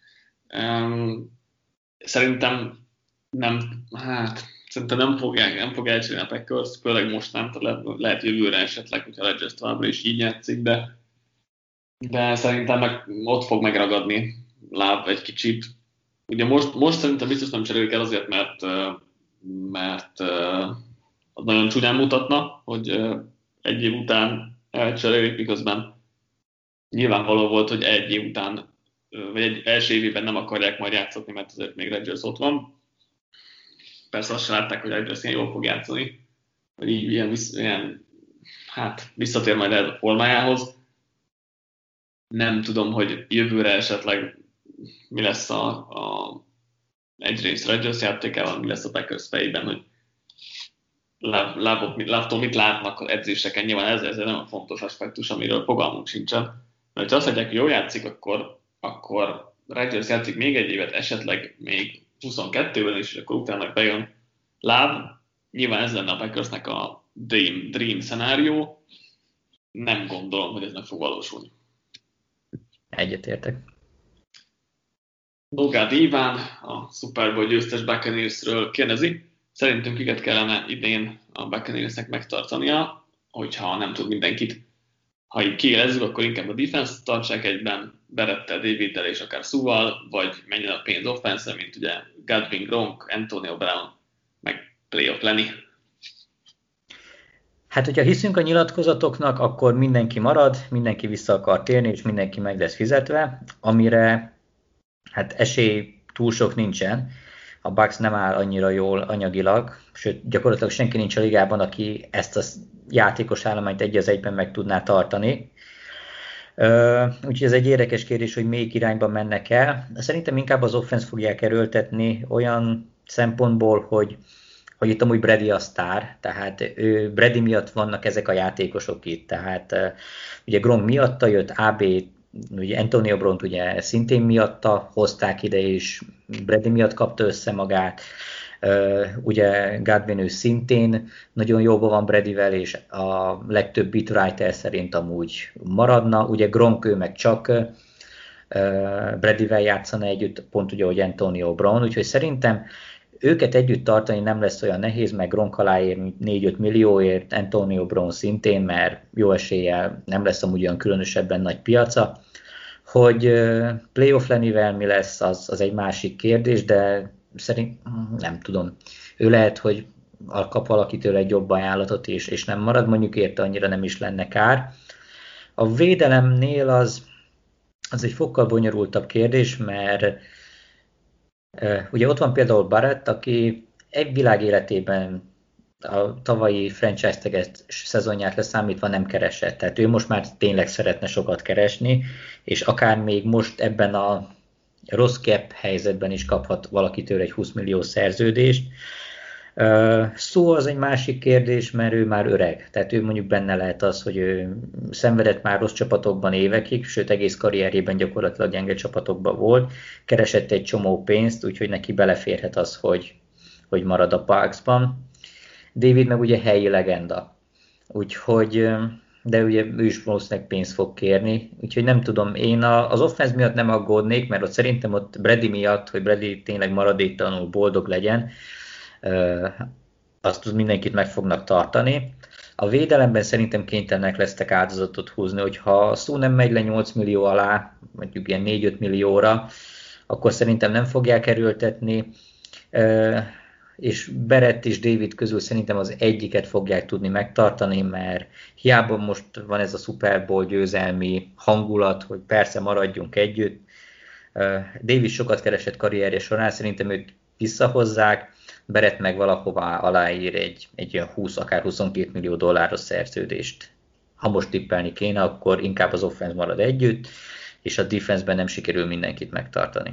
Szerintem nem, hát, szerintem nem fogják, nem fog elcsinálni a Packers, főleg most nem, lehet, lehet jövőre esetleg, hogyha Rodgers továbbra is így játszik, de, de szerintem meg, ott fog megragadni láb egy kicsit. Ugye most, most szerintem biztos nem cserélik el azért, mert, mert az nagyon csúnyán mutatna, hogy egy év után elcserélik, miközben nyilvánvaló volt, hogy egy év után, vagy egy első évében nem akarják majd játszani, mert azért még Rodgers ott van. Persze azt sem látták, hogy Rodgers ilyen jól fog játszani, hogy így ilyen, ilyen hát visszatér majd el a formájához. Nem tudom, hogy jövőre esetleg mi lesz a, a egyrészt Rodgers játékával, mi lesz a Packers fejében, hogy láttól mit látnak az edzéseken, nyilván ez, ez nem a fontos aspektus, amiről fogalmunk sincsen. Mert ha azt mondják, hogy jól játszik, akkor, akkor Rodgers játszik még egy évet, esetleg még huszonkettőben is, és akkor utána bejön láb. Nyilván ez lenne a Packersnek a dream, dream szenárió. Nem gondolom, hogy ez meg fog valósulni. Egyetértek. Dolgád Iván, a Super Bowl győztes Buccaneersről kérdezi. Szerintünk kiket kellene idén a Buccaneersnek megtartania, hogyha nem tud mindenkit. Ha így kiélezzük, akkor inkább a defense tartsák egyben, Berettel, Daviddel és akár Sue-val, vagy menjen a pénz offense, mint ugye Godwin, Gronk, Antonio Brown, meg playoff Lenny. Hát, hogyha hiszünk a nyilatkozatoknak, akkor mindenki marad, mindenki vissza akar térni, és mindenki meg lesz fizetve, amire hát esély túl sok nincsen. A Bucks nem áll annyira jól anyagilag, sőt, gyakorlatilag senki nincs a ligában, aki ezt a játékos állományt egy az egyben meg tudná tartani. Úgyhogy ez egy érdekes kérdés, hogy melyik irányba mennek el. Szerintem inkább az offense fogják erőltetni olyan szempontból, hogy, hogy itt amúgy Brady a sztár, tehát ő, Brady miatt vannak ezek a játékosok itt, tehát ugye Gronk miatta jött, á bé, ugye Antonio Brown-t ugye szintén miatta hozták ide, és Brady miatt kapta össze magát. Uh, ugye Godwin ő szintén nagyon jóban van Bradyvel, és a legtöbb beatwriter szerint amúgy maradna. Ugye Gronk ő meg csak uh, Bradyvel játszana együtt, pont ugye, hogy Antonio Brown, úgyhogy szerintem őket együtt tartani nem lesz olyan nehéz, meg Gronk aláér négy-öt millióért, Antonio Brown szintén, mert jó eséllyel nem lesz amúgy olyan különösebben nagy piaca. Hogy uh, playoff Lennyvel mi lesz, az, az egy másik kérdés, de szerint nem tudom. Ő lehet, hogy kap valakitől egy jobb ajánlatot, és, és nem marad, mondjuk érte annyira nem is lenne kár. A védelemnél az, az egy fokkal bonyolultabb kérdés, mert uh, ugye ott van például Barrett, aki egy világ életében a tavalyi franchise teget szezonját leszámítva nem keresett. Tehát ő most már tényleg szeretne sokat keresni, és akár még most ebben a rossz cap helyzetben is kaphat valakitől egy húsz millió szerződést. Szó az egy másik kérdés, mert ő már öreg. Tehát ő mondjuk benne lehet az, hogy ő szenvedett már rossz csapatokban évekig, sőt egész karrierjében gyakorlatilag gyenge csapatokban volt. Keresett egy csomó pénzt, úgyhogy neki beleférhet az, hogy, hogy marad a Bucksban. David meg ugye helyi legenda. Úgyhogy de ugye ő is valószínűleg pénzt fog kérni, úgyhogy nem tudom, én a, az offense miatt nem aggódnék, mert ott szerintem ott Brady miatt, hogy Brady tényleg maradéktalanul boldog legyen, azt mindenkit meg fognak tartani. A védelemben szerintem kénytelenek lesznek áldozatot húzni, hogyha a szó nem megy le nyolc millió alá, mondjuk ilyen négy-öt millióra, akkor szerintem nem fogják erőltetni, és Barrett és David közül szerintem az egyiket fogják tudni megtartani, mert hiába most van ez a Super Bowl győzelmi hangulat, hogy persze maradjunk együtt. David sokat keresett karrierje során, szerintem őt visszahozzák, Barrett meg valahová aláír egy, egy olyan húsz, akár huszonkét millió dolláros szerződést. Ha most tippelni kéne, akkor inkább az offense marad együtt, és a defense-ben nem sikerül mindenkit megtartani.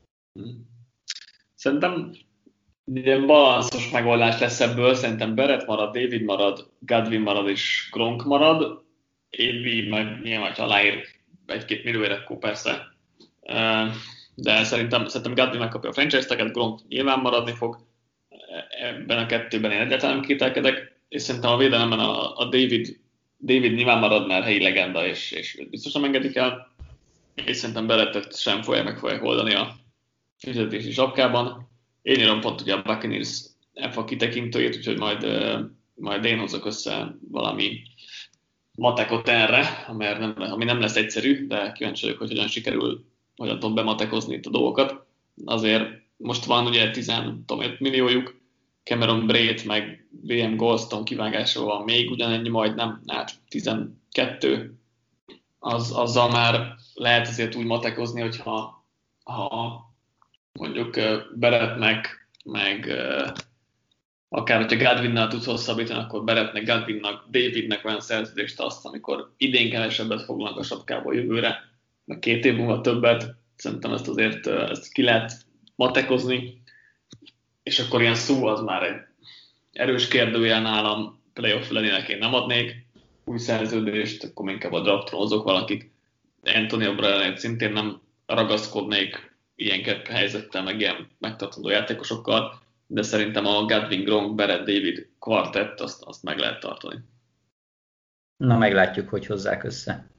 Szerintem ilyen balanszos megoldás lesz ebből, szerintem Barrett marad, David marad, Godwin marad és Gronk marad, Évi meg nyilván, ha aláír egy-két millióért, akkor persze. De szerintem, szerintem Godwin megkapja a franchise-teket, Gronk nyilván maradni fog, ebben a kettőben én egyáltalán nem kételkedek, és szerintem a védelemben a, a David, David nyilván marad, mert helyi legenda, és, és biztosan engedik el, és szerintem Barrettet sem fogja meg fogják oldani a fizetési zsapkában. Én írom pont ugye a Buccaneers ef á kitekintőjét, úgyhogy majd, majd én hozok össze valami matekot erre, nem, ami nem lesz egyszerű, de kíváncsi vagyok, hogy hogyan sikerül, hogyan tudom bematekozni itt a dolgokat. Azért most van ugye tizenöt milliójuk, Cameron Braid meg bé em Golston kivágása van még ugyanennyi, majdnem, hát tizenkettő. Az, azzal már lehet azért úgy matekozni, hogyha ha mondjuk Barrett meg, meg akár hogyha Godwinnal tudsz hosszabbítani, akkor Barrettnek, Godwinnak, Davidnek olyan szerződést azt, amikor idén kevesebbet foglalnak a sapkából jövőre, meg két év múlva többet, szerintem ezt azért ezt ki lehet matekozni, és akkor ilyen szó az már egy erős kérdőjel nálam, playoff lennének én nem adnék új szerződést, akkor inkább a draftról hozok valakit. Antonio Brown szintén nem ragaszkodnék ilyen helyzettel, meg ilyen megtartandó játékosokkal, de szerintem a Godwin, Gronk, Barrett, David kvartett, azt, azt meg lehet tartani. Na, meglátjuk, hogy hozzák össze.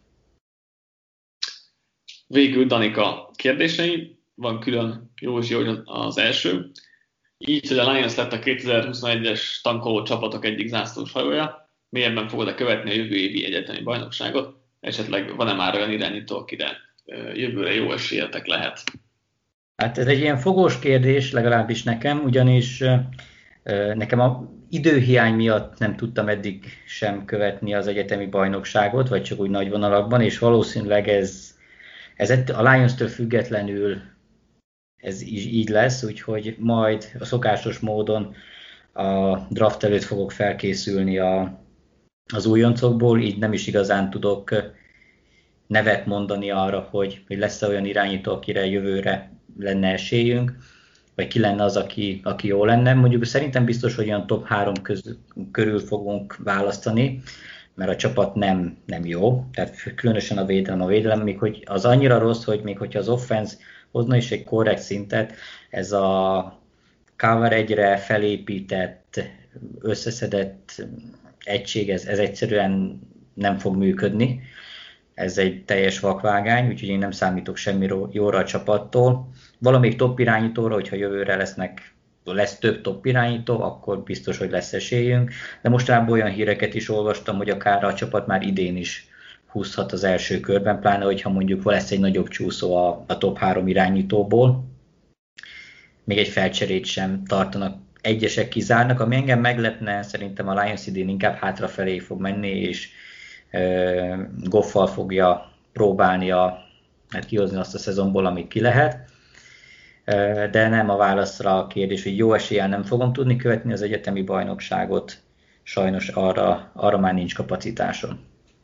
Végül Danika kérdései, van külön Józsi hogy az első. Így, hogy a Lions lett a kétezer-huszonegyes tankoló csapatok egyik zászlós hajója, mélyebben fogod-e követni a jövő évi egyetemi bajnokságot? Esetleg van-e már olyan irányító, akire jövőre jó esélyetek lehet? Hát ez egy ilyen fogós kérdés, legalábbis nekem, ugyanis nekem a időhiány miatt nem tudtam eddig sem követni az egyetemi bajnokságot, vagy csak úgy nagy vonalakban, és valószínűleg ez, ez a Lions-től függetlenül ez így, így lesz, úgyhogy majd a szokásos módon a draft előtt fogok felkészülni a, az újoncokból, így nem is igazán tudok nevet mondani arra, hogy, hogy lesz-e olyan irányító, akire jövőre lenne esélyünk, vagy ki lenne az, aki, aki jó lenne. Mondjuk szerintem biztos, hogy olyan top három köz, körül fogunk választani, mert a csapat nem, nem jó, tehát különösen a védelem. A védelem még hogy az annyira rossz, hogy még hogyha az offense hozna is egy korrekt szintet, ez a coverage-re felépített, összeszedett egység, ez, ez egyszerűen nem fog működni. Ez egy teljes vakvágány, úgyhogy én nem számítok semmi jóra a csapattól. Valamelyik top irányítóra, hogyha jövőre lesznek, lesz több top irányító, akkor biztos, hogy lesz esélyünk. De mostanában olyan híreket is olvastam, hogy akár a csapat már idén is húzhat az első körben, pláne hogyha mondjuk lesz egy nagyobb csúszó a, a top három irányítóból. Még egy felcserét sem tartanak, egyesek kizárnak, ami engem meglepne, szerintem a Lions idén inkább hátrafelé fog menni, és uh, Goffal fogja próbálni a, hát kihozni azt a szezonból, amit ki lehet. Uh, de nem a válaszra a kérdés, hogy jó eséllyel nem fogom tudni követni az egyetemi bajnokságot, sajnos arra, arra már nincs kapacitásom.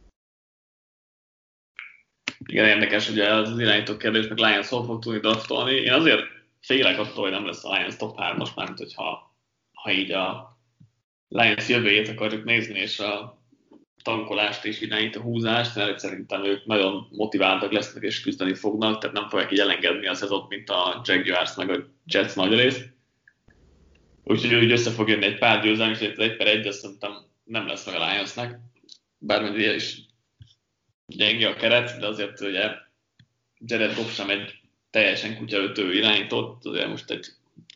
Igen, érdekes, ugye az irányító kérdés, meg Lions hol fog tudni draftolni. Én azért félek attól, hogy nem lesz a Lions top hármas, mármint hogyha ha így a Lions jövőjét akarjuk nézni, és a tankolást és irányító húzást, mert szerintem ők nagyon motiváltak lesznek és küzdeni fognak, tehát nem fogják így elengedni a szezont, mint a Jaguars meg a Jets nagy részt. Úgyhogy úgy össze fog jönni egy pár győzelem, és egy per egy, azt szerintem nem lesz meg a Lionsnek. bármennyire is gyenge a keret, de azért ugye Jared Goff sem egy teljesen kutyaötő irányított, ugye most egy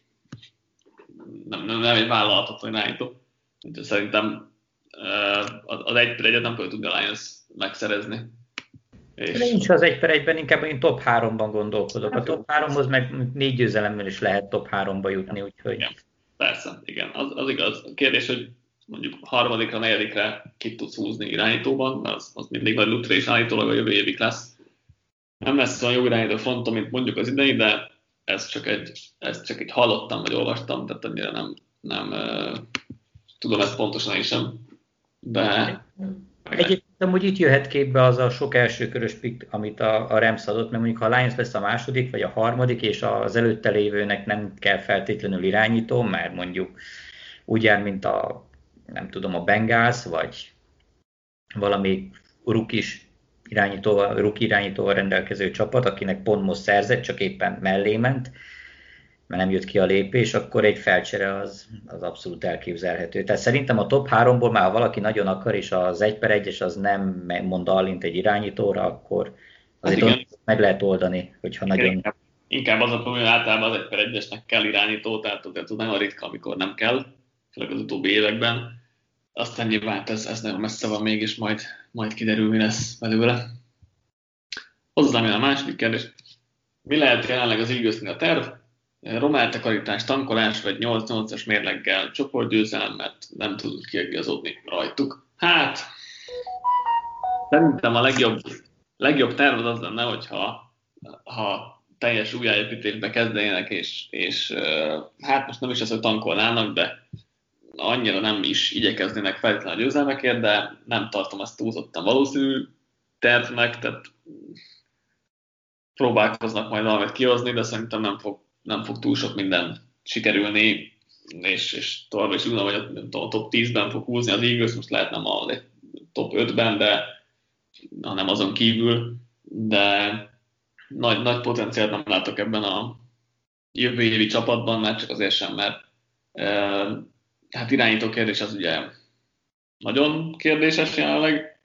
nem, nem, nem egy vállalhatatlan irányító. Úgyhogy szerintem az egy per egyet nem fogja tudni a Lions megszerezni. És... Nincs az egy per egyben, inkább én top háromban gondolkodok. A top háromhoz meg négy győzelemmel is lehet top háromba jutni, úgyhogy... Igen, persze, igen. Az, az igaz. A kérdés, hogy mondjuk harmadikra, negyedikre ki tudsz húzni irányítóban, mert az, az mindig nagy lutra, és állítólag a jövő évig lesz. Nem lesz olyan jó irányító fontom, mint mondjuk az idei, de ezt csak egy, ezt csak egy hallottam, vagy olvastam, tehát annyira nem, nem uh, tudom ezt pontosan is sem. De... Egyébként amúgy itt jöhet képbe az a sok elsőkörös pick, amit a, a Rams adott, mert mondjuk ha a Lions lesz a második, vagy a harmadik, és az előtte lévőnek nem kell feltétlenül irányító, mert mondjuk úgy jár, mint a, nem tudom, a Bengals, vagy valami rukis irányítóval, rookie irányítóval rendelkező csapat, akinek pont most szerzett, csak éppen mellé ment, mert nem jött ki a lépés, akkor egy felcsere az, az abszolút elképzelhető. Tehát szerintem a top háromból már ha valaki nagyon akar, és az egy per egyes az nem mond allint egy irányítóra, akkor azért hát meg lehet oldani, hogyha nagyon... Inkább, inkább az a probléma, hogy általában az egy per egyesnek kell irányító, tehát azért nagyon ritka, amikor nem kell, főleg az utóbbi években. Aztán nyilván ez, ez nagyon messze van még, és majd, majd kiderül, mi lesz belőle. Hozzám jön a második kérdés. Mi lehet jelenleg az Eaglesnél a terv? Román takarítás, tankolás vagy nyolc nyolcas mérleggel csoportgyőzelem, mert nem tudunk kiegazodni rajtuk. Hát, szerintem a legjobb, legjobb terv az lenne, hogyha ha teljes újjáépítésbe kezdenének, és, és hát most nem is az, hogy tankolnának, de annyira nem is igyekeznének feltétlenül a győzelmekért, de nem tartom ezt túlzottan valószínű tervnek, tehát próbálkoznak majd valamit kihozni, de szerintem nem fog, nem fog túl sok minden sikerülni, és, és továbbra is úgy, hogy a top tízben fog húzni az Eagles, most lehet nem a top ötben, de hanem azon kívül, de nagy, nagy potenciált nem látok ebben a jövő évi csapatban, mert csak azért sem, mert eh, hát irányító kérdés az ugye nagyon kérdéses jelenleg,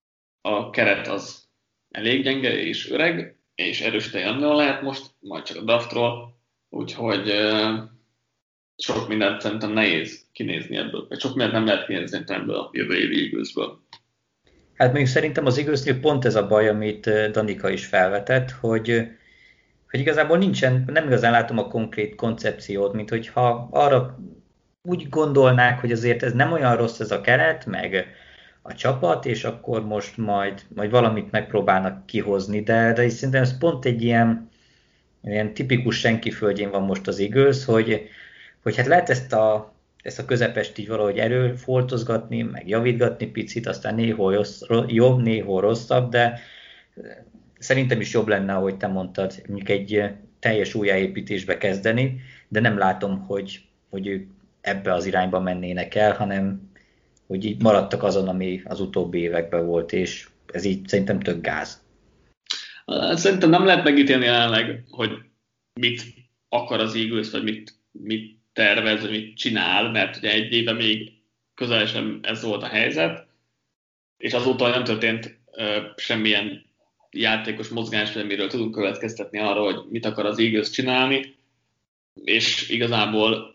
a keret az elég gyenge és öreg, és erősíteni nem lehet most, majd csak a draftról, úgyhogy uh, sok mindent szerintem nehéz kinézni ebből, vagy sok mindent nem lehet kinézni ebből a jövő évi Eaglesből. Hát mondjuk szerintem az Eaglesnél pont ez a baj, amit Danika is felvetett, hogy, hogy igazából nincsen, nem igazán látom a konkrét koncepciót, mint hogyha arra úgy gondolnák, hogy azért ez nem olyan rossz ez a keret, meg a csapat, és akkor most majd, majd valamit megpróbálnak kihozni, de, de szerintem ez pont egy ilyen, ilyen tipikus senki földjén van most az Eagles, hogy, hogy hát lehet ezt a, ezt a közepest így valahogy erőfoltozgatni, meg javítgatni picit, aztán néhol rossz, jobb, néhol rosszabb, de szerintem is jobb lenne, ahogy te mondtad, mondjuk egy teljes újjáépítésbe kezdeni, de nem látom, hogy, hogy ők ebbe az irányba mennének el, hanem hogy így maradtak azon, ami az utóbbi években volt, és ez így szerintem tök gáz. Szerintem nem lehet megítélni jelenleg, hogy mit akar az Eagles, vagy mit, mit tervez, vagy mit csinál, mert ugye egy éve még közel sem ez volt a helyzet, és azóta nem történt uh, semmilyen játékos mozgás, amiről tudunk következtetni arra, hogy mit akar az Eagles csinálni, és igazából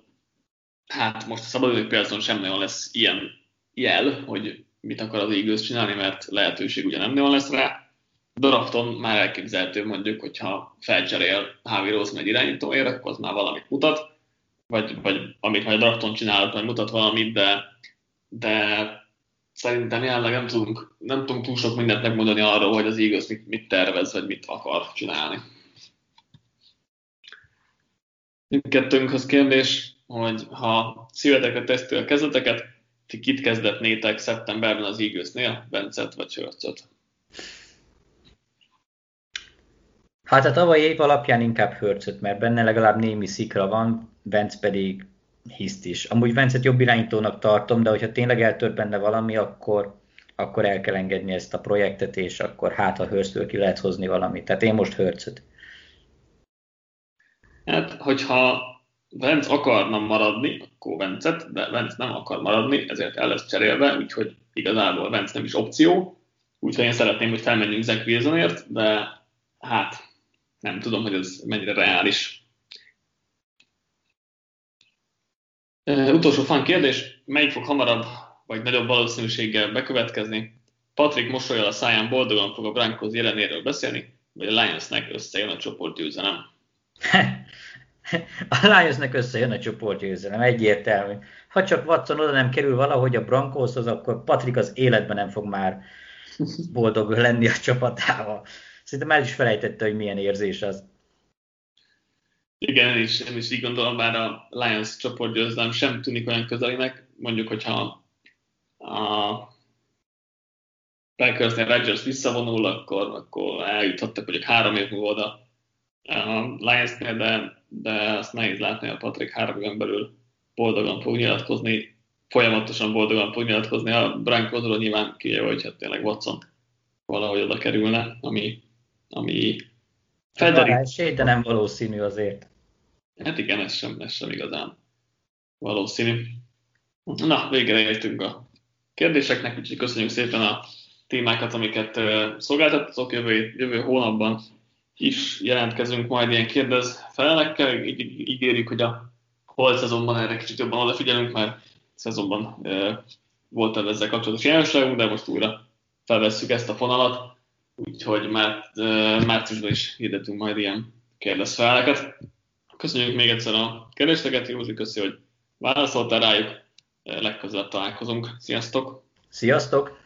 hát most a szabadidő piacon sem nagyon lesz ilyen jel, hogy mit akar az Eagles csinálni, mert lehetőség ugye nem nagyon lesz rá. Drafton már elképzelhető mondjuk, hogyha felcserél Harvey Roseman egy irányítóért, akkor az már valamit mutat, vagy, vagy amit majd a drafton csinálok, majd mutat valamit, de, de szerintem jelenleg nem tudunk, nem tudunk túl sok mindent megmondani arról, hogy az Eagles mit, mit tervez, vagy mit akar csinálni. Mindkettőnkhöz kérdés, hogy ha szívetekre tesztül a kezdeteket, ti kit kezdetnétek szeptemberben az Eaglesnél, Bencet vagy Hurtsot? Hát a tavalyi év alapján inkább Hurtsot, mert benne legalább némi szikra van, Bence pedig hiszt is. Amúgy Bencet jobb irányítónak tartom, de hogyha tényleg eltört benne valami, akkor, akkor el kell engedni ezt a projektet, és akkor hát a Hurtstől ki lehet hozni valamit. Tehát én most Hurtsot. Hát, hogyha Bence akarna maradni, akkor Bencet, de Bence nem akar maradni, ezért el lesz cserélve, úgyhogy igazából Wentz nem is opció, úgyhogy én szeretném, hogy felmenjünk Zach Wilsonért, de hát nem tudom, hogy ez mennyire reális. Uh, utolsó fan kérdés, melyik fog hamarabb vagy nagyobb valószínűséggel bekövetkezni? Patrick mosolyal a száján boldogan fog a Broncos jelenéről beszélni, vagy a Lionsnek összejön a csoportgyőzelem? A Lionsnek összejön a csoportgyőzelem, egyértelmű. Ha csak Watson oda nem kerül valahogy a Broncoshoz, akkor Patrick az életben nem fog már boldog lenni a csapatával. Szerintem el is felejtette, hogy milyen érzés az. Igen, én is, én is így gondolom, bár a Lions csoportgyőzelem sem tűnik olyan közelinek. Mondjuk, hogyha a Packersnél Rodgers visszavonul, akkor, akkor eljuthattak mondjuk három év múlva oda a Lionsnél, de, de azt nehéz látni, a Patrick három éven belül boldogan fog nyilatkozni, folyamatosan boldogan fog nyilatkozni a Broncosról, nyilván kivéve, hogy hát tényleg Watson valahogy oda kerülne, ami, ami Federico. De nem valószínű azért. Hát igen, ez sem, ez sem igazán valószínű. Na, végre értünk a kérdéseknek, úgyhogy köszönjük szépen a témákat, amiket uh, szolgáltatok. Jövő, jövő hónapban is jelentkezünk majd ilyen kérdez-felelekkel. Így, így ígérjük, hogy a holt szezonban erre kicsit jobban odafigyelünk, mert szezonban uh, volt ezzel kapcsolatos jelenségünk, de most újra felvesszük ezt a fonalat, úgyhogy már, uh, márciusban is hirdetünk majd ilyen kérdez-feleleket. Köszönjük még egyszer a kérdéseket, Józsi, köszi, hogy válaszoltál rájuk. Legközelebb találkozunk. Sziasztok! Sziasztok!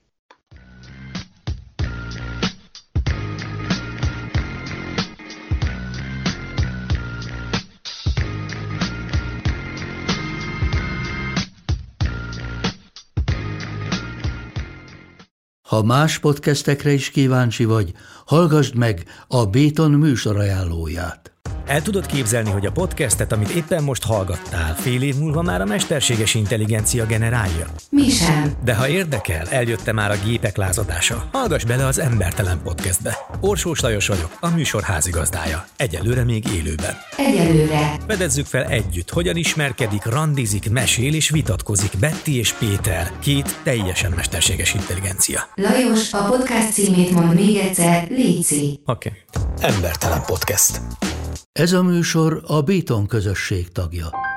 Ha más podcastekre is kíváncsi vagy, hallgassd meg a Béton műsor ajánlóját. El tudod képzelni, hogy a podcastet, amit éppen most hallgattál, fél év múlva már a mesterséges intelligencia generálja? Mi sem. De ha érdekel, eljött már a gépek lázadása. Hallgass bele az Embertelen Podcastbe. Orsós Lajos vagyok, a műsor házigazdája. Egyelőre még élőben. Egyelőre. Fedezzük fel együtt, hogyan ismerkedik, randizik, mesél és vitatkozik Betty és Péter, két teljesen mesterséges intelligencia. Lajos, a podcast címét mond még egyszer, léci. Oké. Okay. Embertelen Podcast. Ez a műsor a Béton közösség tagja.